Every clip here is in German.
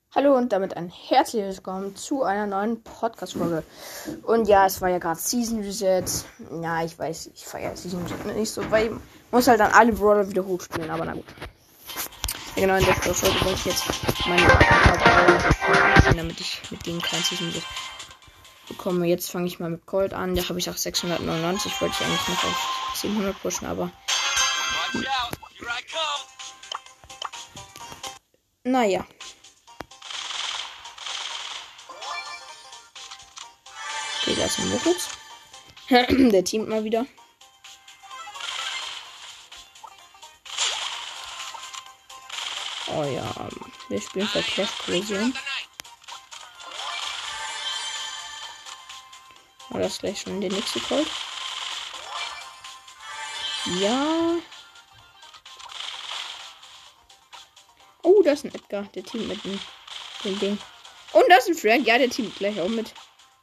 Hallo und damit ein herzliches Willkommen zu einer neuen Podcast-Folge. Und ja, es war ja gerade Season Reset. Ja, ich weiß, ich feiere Season Reset nicht so, weil ich muss halt dann alle Brawler wieder hochspielen, aber na gut. Ja genau, in der Folge wollte ich jetzt meine Brawler, damit ich mit denen kein Season Reset bekomme. Jetzt fange ich mal mit Colt an. Da habe ich auch 699. Wollte ich eigentlich noch auf 700 pushen, aber naja. Okay, da ist ein Moritz. Der teamt mal wieder. Oh ja, wir spielen für Clash Collision. War das gleich schon der nächste Colt? Ja. Oh, da ist ein Edgar, der teamt mit dem Ding. Und da ist ein Frank, ja, der teamt gleich auch mit.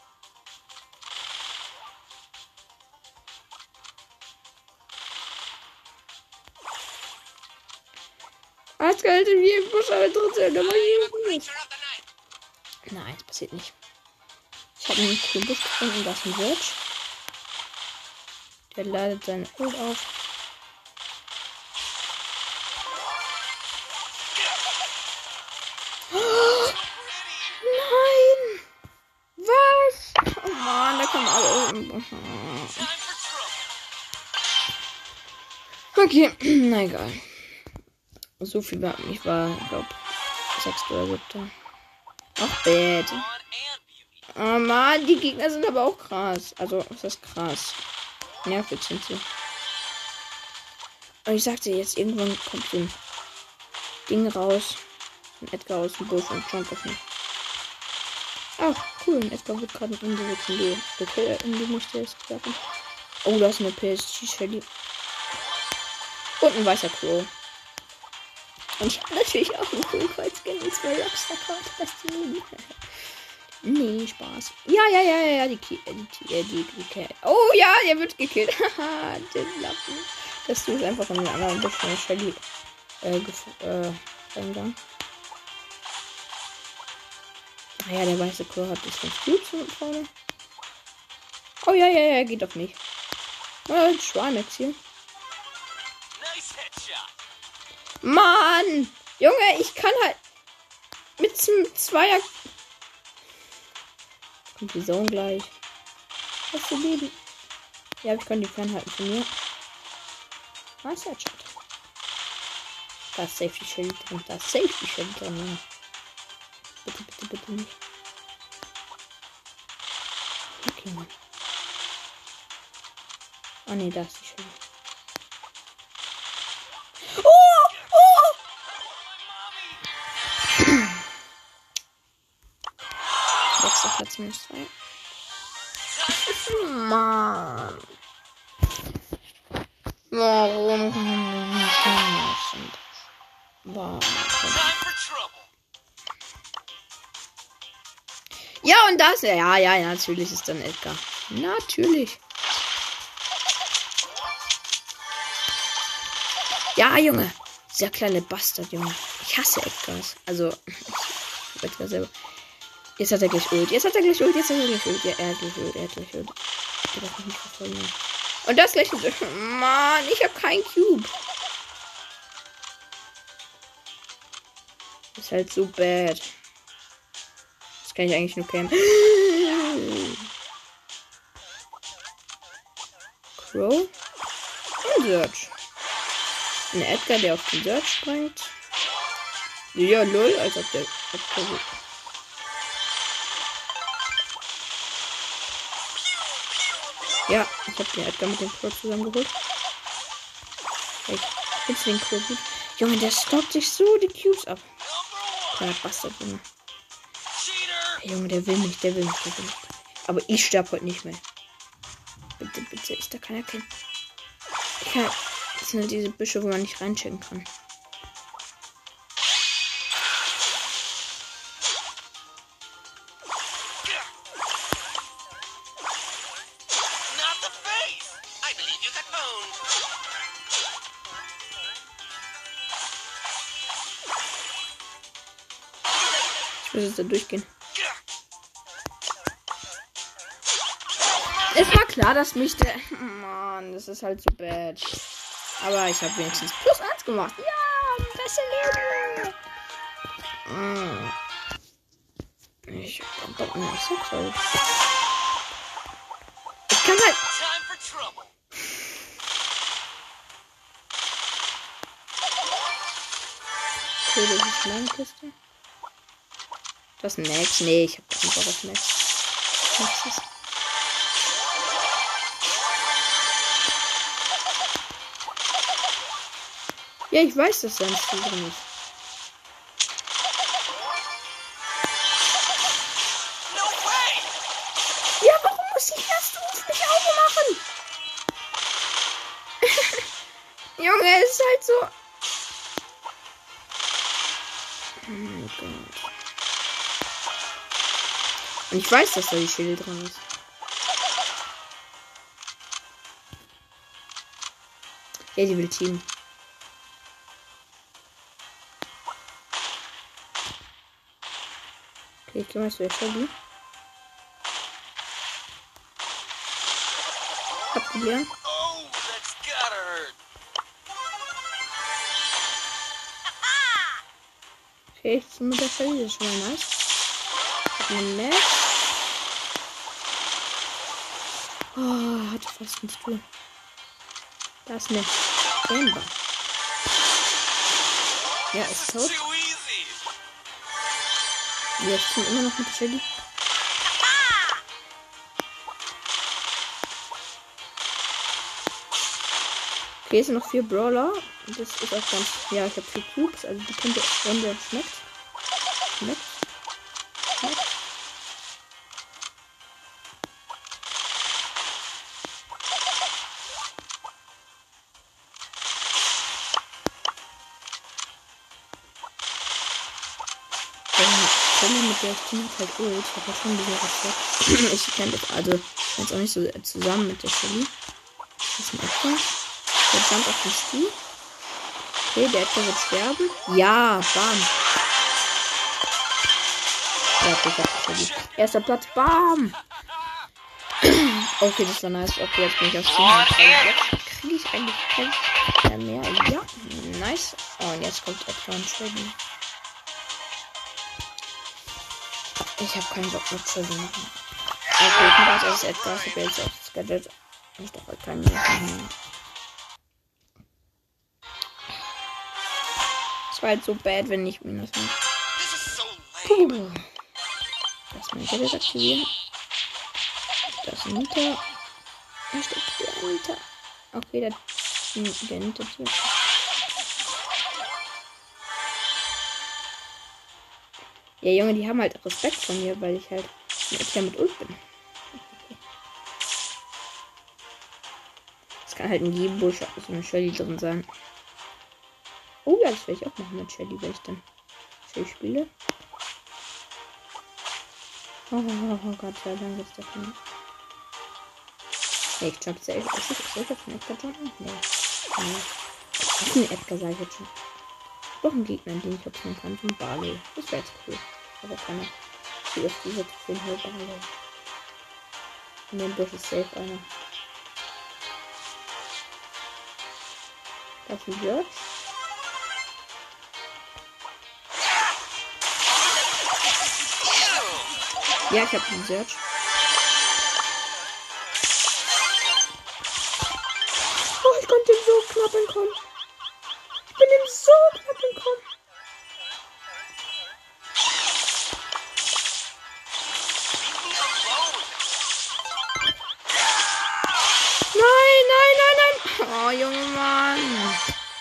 Eiskalt in jedem Busch, aber trotzdem, da war nicht. Nein, es passiert nicht. Ich habe einen coolen Busch gefunden, da ist ein Search. Der ladet seine Ult auf. Oh, nein! Was? Oh Mann, da kommen alle. Okay, na egal. So viel war ich war, glaube 6. oder 7. Ach, bad. Oh Mann, die Gegner sind aber auch krass. Also, was ist krass? Nervig sind sie. Und ich sagte jetzt, irgendwann kommt so ein Ding raus. Ein Edgar aus dem Busch und jump auf mich. Ach, cool. Ein Edgar wird gerade mit uns in die musste jetzt werfen. Oh, da ist eine PSG Shelly. Und ein weißer Crow. Und ich habe natürlich auch einen coolen Kreuzskin und 2 Rockstar-Cards. Das Leben. Nee, Spaß. Ja, die oh ja, der wird gekillt. Haha, den Lappen. Das tut einfach in den anderen Busch von Shelly reingegangen. Ah ja, der weiße Crow hat das ganz gut so vorne. Oh ja, geht auf mich. Oh, Schweinex hier. Mann! Junge, ich kann halt mit zum Zweier. Kommt die Zone gleich. Was für Leben? Ja, ich kann die fernhalten von mir. Was Headshot? Da ist Safety Shield drin. Da ist Safety Shield drin, Junge. Bitte nicht. Okay, Mann. Oh ne, da ist die Shield. Letzter Platz minus 2. Mann. Warum? Ja, und das. Ja, natürlich ist dann Edgar. Natürlich. Ja, Junge. Dieser kleine Bastard, Junge. Ich hasse Edgars. Also, Edgar selber. Jetzt hat er gleich Ult. Ja, er hat gleich Ult. Er hat gleich Ult. Ich darf mich nicht verfolgen. Und das gleich. Mann, ich habe keinen Cube. Ist halt so bad. Das kann ich eigentlich nur campen. Crow. Und Search. Ein Edgar, der auf den Search springt. Ja, lol, als ob der. Ja, ich habe den Edgar mit dem Crow zusammengeholt. Ich finde den Crow gut. Junge, der stoppt sich so die Cubes ab. Kleiner Bastard, Junge. Hey, Junge, der will nicht. Aber ich sterbe heute nicht mehr. Bitte, ist da keiner kennen. Das sind halt diese Büsche, wo man nicht reinchecken kann. Ich muss jetzt da durchgehen. Es war klar, dass mich der... Mann, das ist halt so bad. Aber ich habe wenigstens +1 gemacht. Ja, beste Leben. Ich hab doch nicht so toll. Ich kann halt... Okay, das ist meine Kiste. Das ist Max. Nee, ich hab keinen Bock auf Max. Max ist... Ja, ich weiß, dass da ein Spiel drin ist. Ja, warum muss ich das mich aufmachen? Junge, es ist halt so... Oh mein Gott. Und ich weiß, dass da die Schilde drin ist. Ja, die will Team. Okay, ich geh mal zu der Shelly. Hab probieren. Okay, ich zieh mit der Shelly, das ist schon mal nice. Hab einen Max. Oh, hatte fast ein Stuhl. Da ist eine Amber. Ja, ist tot. Ja, ich bin immer noch mit der Shelly. Okay, es sind noch 4 Brawler. Und das ist auch ganz... Ja, ich habe 4 Cubes. Also die könnte Runde schmeckt. Schmeckt. Mit der Team halt Ult. Ich habe schon ein bisschen Respekt. Ich kenne das also jetzt auch nicht so zusammen mit der Shelly. Das ist ein Edgar. Der jumpt auf den Stuhl. Okay, der Edgar wird sterben. Ja, bam. Ja, okay, ich hab die Shelly. Erster Platz, bam. Okay, das war nice. Okay, jetzt bin ich auf Team. Jetzt kriege ich eigentlich kein mehr. Ja, nice. Oh, und jetzt kommt Edgar und Shelly. Ich habe keinen Bock mit Shelly machen. Okay, ich mache als Edgar. Ich habe jetzt auch Gadget. Ich darf halt keinen mehr. Es war halt so bad, wenn ich minus mache. Das mein Gadget aktivieren. Das ist ein Nita. Da steckt der Nita. Okay, der Nita hier. Ja, Junge, die haben halt Respekt von mir, weil ich halt mit Ult bin. Okay. Es kann halt in jedem Busch so eine Shelly drin sein. Oh ja, das werde ich auch machen mit Shelly, wenn ich dann Shelly spiele. Oh Gott sei Dank ist das nicht. Nee, ich jump safe. Soll ich jetzt einen Edgar jumpen? Nee. Das ist ein Edgar, sag ich jetzt schon. Doch ein Gegner, den ich optieren kann. Von Barley. Das wäre jetzt cool. Aber keine. Die ist diese für den Barley. In dem Busch ist safe einer. Das ist ein Search. Ja, ich habe einen Search. Oh, ich konnte ihm so knapp entkommen. Ich bin ihm so knapp entkommen. Nein. Oh, Junge Mann.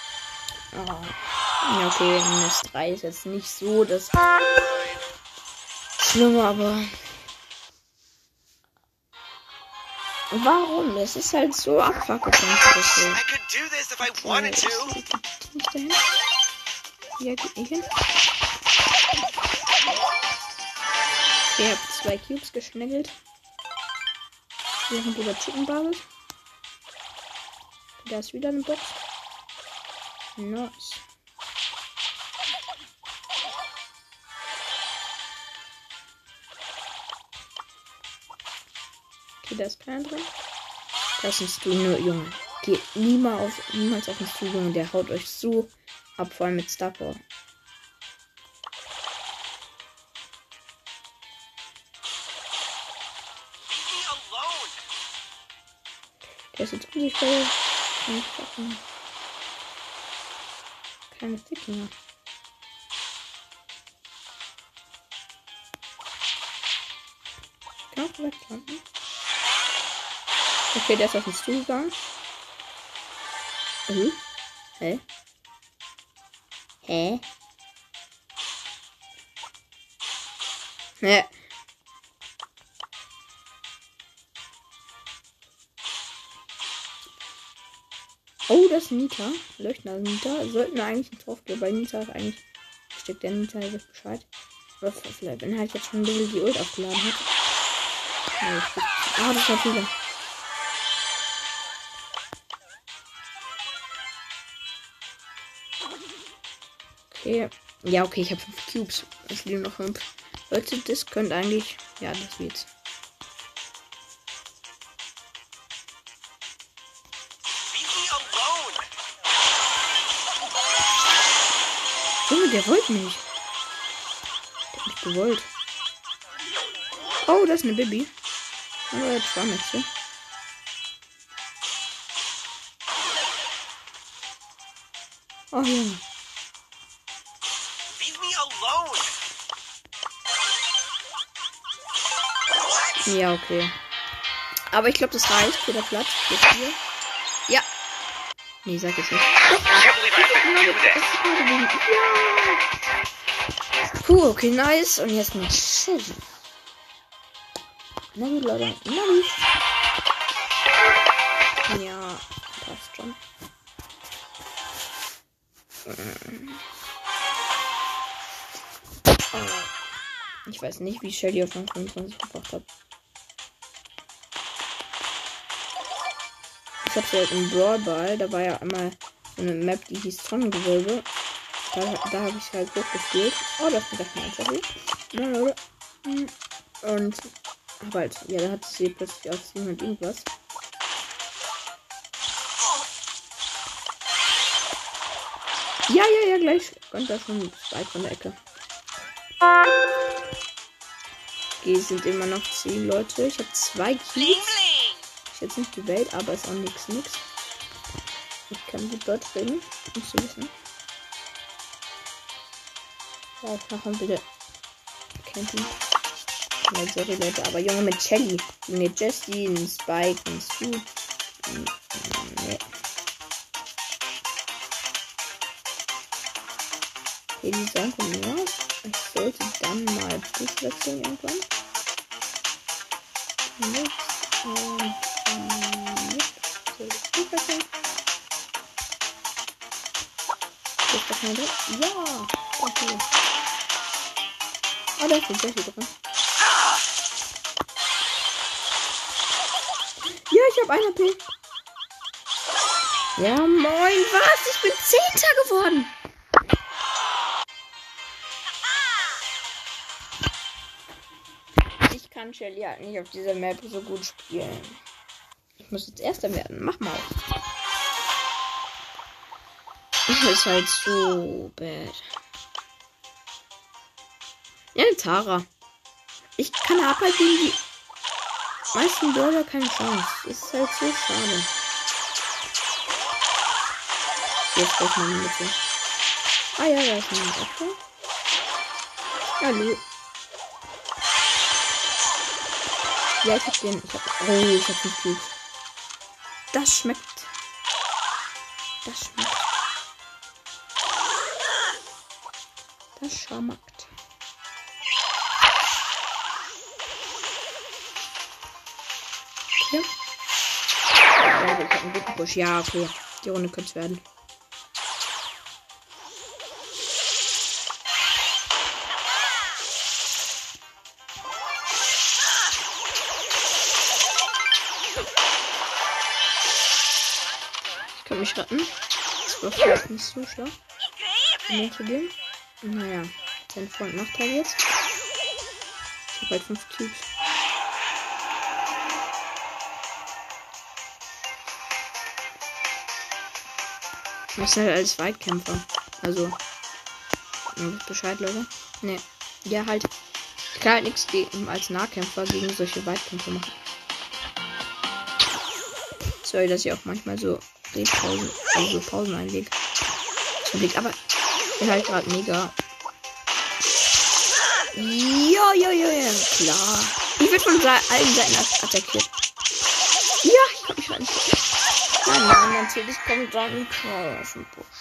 Oh. Ja, okay, minus 3 ist jetzt nicht so das Schlimme, aber... Warum? Es ist halt so abfuckend. Hier geht nicht hin. Ich habe 2 Cubes geschnägelt. Wir machen über Chicken Basis. Da ist wieder eine Box. Nice. Okay, da ist keiner drin. Das ist du nur, Junge. Geht niemals auf den Stuhl, Junge. Der haut euch so ab, vor allem mit Star Power. Der ist jetzt unsichtbar. Keine Ficken. Kann auch wegklappen. Okay, der ist auf den Stuhl gegangen. Hä? Hä? Hä? Oh, das ist Nita. Leuchtender Nita. Sollten wir eigentlich nicht drauf gehen, weil Nita ist eigentlich. Steckt der Nita jetzt Bescheid. Aber vielleicht, wenn er halt jetzt schon ein bisschen die Ult aufgeladen hat. Ah, das war viele. Okay. Ja, okay, ich habe 5 Cubes. Es liegen noch 5. Leute, das könnte eigentlich. Ja, das wird's. Junge, der wollte nicht. Der hat nicht gewollt. Oh, das ist eine Bibi. Oh, jetzt war nicht so. Oh, Junge. Ja, okay. Aber ich glaube, das reicht für den Platz. Jetzt hier. Ja. Nee, sag jetzt nicht. Puh, okay, nice. Und jetzt noch Shelly. Na gut, Leute. Na gut. Ja, passt schon. Ich weiß nicht, wie Shelly auf 25 gebracht hat. Ich hab's ja im Brawl Ball, da war ja einmal so eine Map, die hieß Sonnengewölbe. Da habe ich halt hochgespielt. Oh, das ist doch mal einfach hier. Und hab halt, ja, da hat sie plötzlich auf 700 irgendwas. Ja, gleich. Kommt da schon weit von der Ecke. Okay, sind immer noch 10 Leute. Ich habe 2 Kills. Ist jetzt nicht die Welt, aber ist auch nix. Ich kann gut Deutsch reden. Musst du wissen. Ja, ich mache bitte Camping. Ja, sorry Leute, aber Junge mit Shelly. Mit Jessie, ein Spike, ein Stu. Nee. Okay, die sagen von mir. Ich sollte dann mal Push wechseln irgendwann. Ja, okay. Oh, da ist sehr viel drin. Ja, ich habe 1 AP. Ja, moin, was? Ich bin 10. geworden. Ich kann Shelly halt nicht auf dieser Map so gut spielen. Ich muss jetzt Erster werden. Mach mal. Das ist halt so bad. Ja, eine Tara. Ich kann halt gegen die meisten Brawler keine Chance. Das ist halt so schade. Jetzt braucht man eine Mitte. Ah ja, da ist eine Mitte. Hallo. Ja, ich hab den. Ich hab den Cube. Das schmeckt. Das schmeckt. Das schmeckt. Okay. Ja, ich hab einen guten Push. Ja, okay. Die Runde könnte es werden. Ich kann mich retten. Das war vielleicht nicht so schlau. Zu gehen. Naja, sein Freund Nachteil jetzt. Ich habe halt 5 Cubes. Das sind halt als Weitkämpfer. Also, ihr wisst Bescheid, Leute. Ne, ja halt. Ich kann halt nichts als Nahkämpfer gegen solche Weitkämpfer machen. Sorry, dass ich auch manchmal so Redpausen, also so Pausen einlege. Aber ich bin halt gerade mega. Ja, klar. Ich werde von allen Seiten attackiert. Ja, ich komm nicht rein. Nein, natürlich kommt dann ein Kroll aus dem Busch.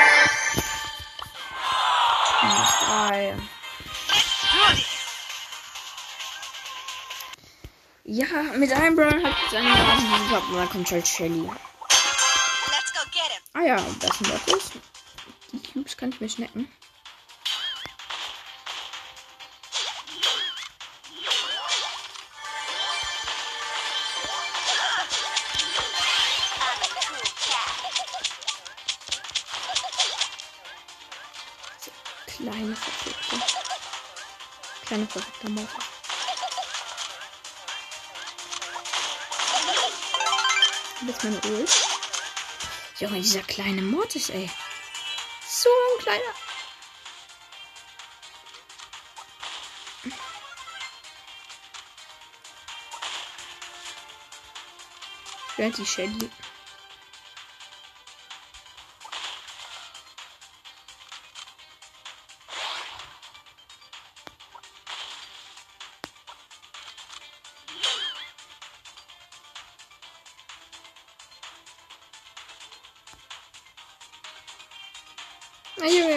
-3. Ja, mit einem Brown hat seinen Namen gehabt und dann kommt halt Shelly. Ah ja, das sind Bottes. Die Cubes kann ich mir schnecken. Kleine verrückte Maus. Das ist meine Ult. Junge, dieser kleine Mortis, ey. So ein kleiner. Ich werde die Shelly. Ah, Junge.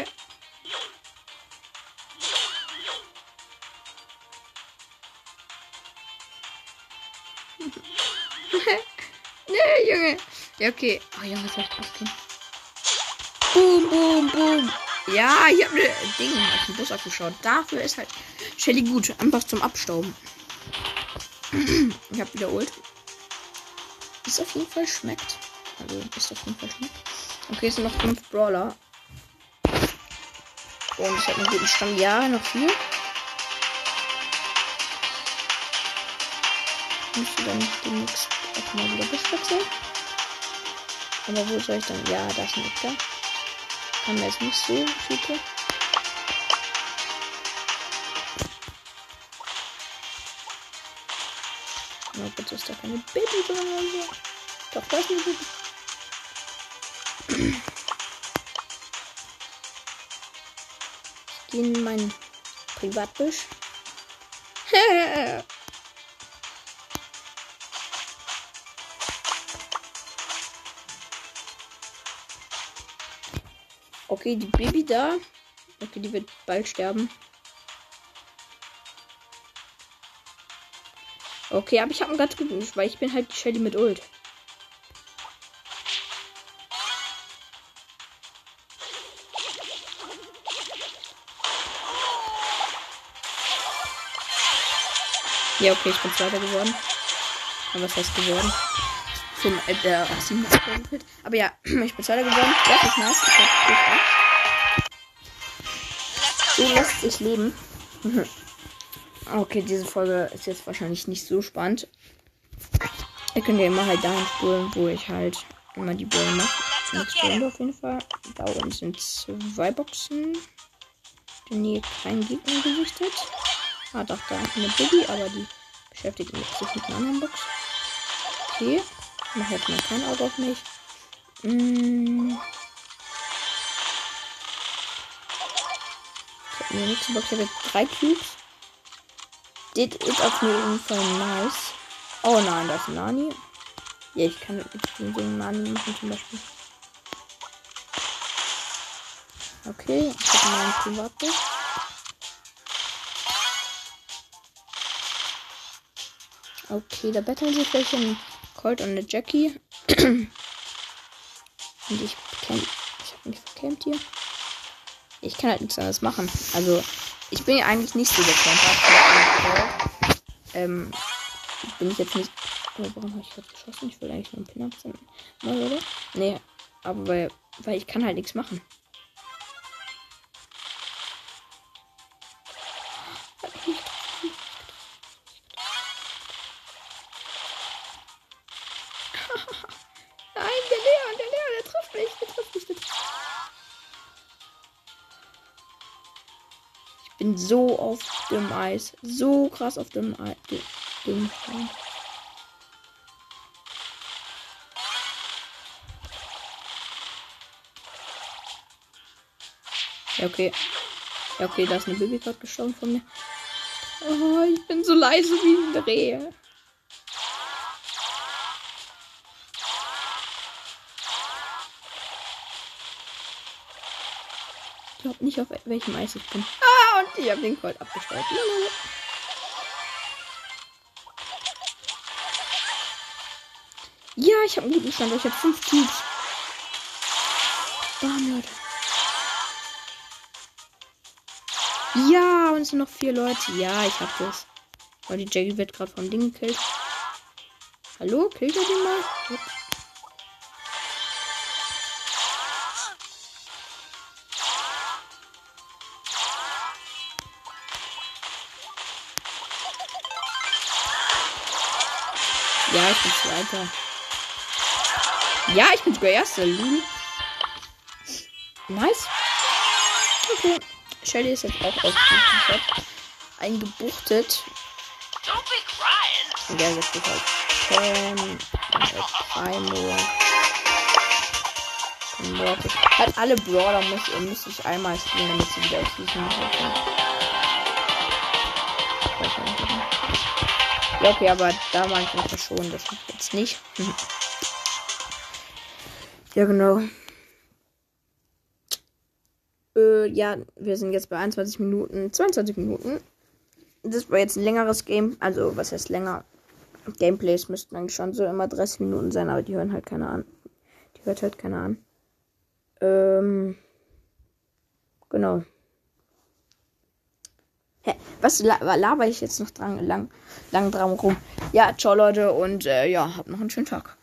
Nee, Junge. Ja, okay. Oh, Junge, das soll ich trotzdem. Boom, boom, boom. Ja, ich habe ne Ding auf den Bus abgeschaut. Dafür ist halt Shelly gut. Einfach zum Abstauben. Ich habe wieder Ult. Ist auf jeden Fall schmeckt. Also, ist auf jeden Fall schmeckt. Okay, es sind noch 5 Brawler. Und ich habe einen guten Stand. Ja, noch 4. Müsste dann demnächst auch mal wieder Bus wechseln. Aber wo soll ich dann? Ja, da ist ein Edgar. Kann mir jetzt nicht so super. Oh, bitte ist da keine Baby drin oder so. Doch, da ist eine Baby. Ich gehe in mein Privatbusch. Okay, die Baby da. Okay, die wird bald sterben. Okay, aber ich habe einen ganz guten, weil ich bin halt die Shelly mit Ult. Ja, okay, ich bin Zweiter geworden. Aber was heißt geworden? Zum 7. Aber ja, ich bin Zweiter geworden. Das ist nice. So lässt sich leben. Okay, diese Folge ist jetzt wahrscheinlich nicht so spannend. Ihr könnt ja immer halt dahin spulen, wo ich halt immer die Bälle mache. Nächste Runde auf jeden Fall. Da oben sind 2 Boxen. In der Nähe kein Gegner gesichtet. Ah, doch, da ist eine Baby, aber die beschäftigt sich mit einer anderen Box. Okay. Mach jetzt mal kein Auge auf mich. Ich habe mir nächste Box, ich habe jetzt 3 Cubes. Das ist auf jeden Fall nice. Oh nein, das ist Nani. Ja, ich kann mit dem Nani machen zum Beispiel. Okay, ich habe meinen Privatbuch. Okay, da betteln sich welche, ein Colt und eine Jackie. Und ich habe mich verkämmt hier. Ich kann halt nichts anderes machen. Also, ich bin ja eigentlich nicht so der Camper. Bin ich jetzt nicht. Oh, warum habe ich gerade geschossen? Ich will eigentlich nur einen Pin absenden. Mal, oder? Nee, aber weil ich kann halt nichts machen. Nein, der Leon, der trifft mich, der trifft mich. Bin so auf dem Eis. So krass auf dem Eis. Ja, okay. Ja, okay, da ist eine Baby gerade gestorben von mir. Oh, ich bin so leise wie ein Reh. Ich glaube nicht, auf welchem Eis ich bin. Ah, und ich habe den Colt abgesteuert. Ja, ich habe einen guten Stand. Ich habe 5 Cubes. Bam, Leute. Ja, und es sind noch 4 Leute. Ja, ich hab das. Oh, die Jackie wird gerade vom Ding gekillt. Hallo? Killt er den mal? Ups. Ja, ich bin Zweiter. Ja, ich bin sogar Erster. Nice. Okay. Shelly ist jetzt auch eingebuchtet. Und der jetzt halt Primo. Halt alle Brawler muss ich einmal spielen, damit sie wieder aus diesem ja, okay, aber da war ich das schon. Das jetzt nicht. Ja, genau. Ja, wir sind jetzt bei 21 Minuten, 22 Minuten. Das war jetzt ein längeres Game. Also, was heißt länger? Gameplays müssten eigentlich schon so immer 30 Minuten sein, aber die hören halt keiner an. Die hört halt keiner an. Genau. Hä? Was laber ich jetzt noch lang dran rum? Ja, ciao Leute und ja, habt noch einen schönen Tag.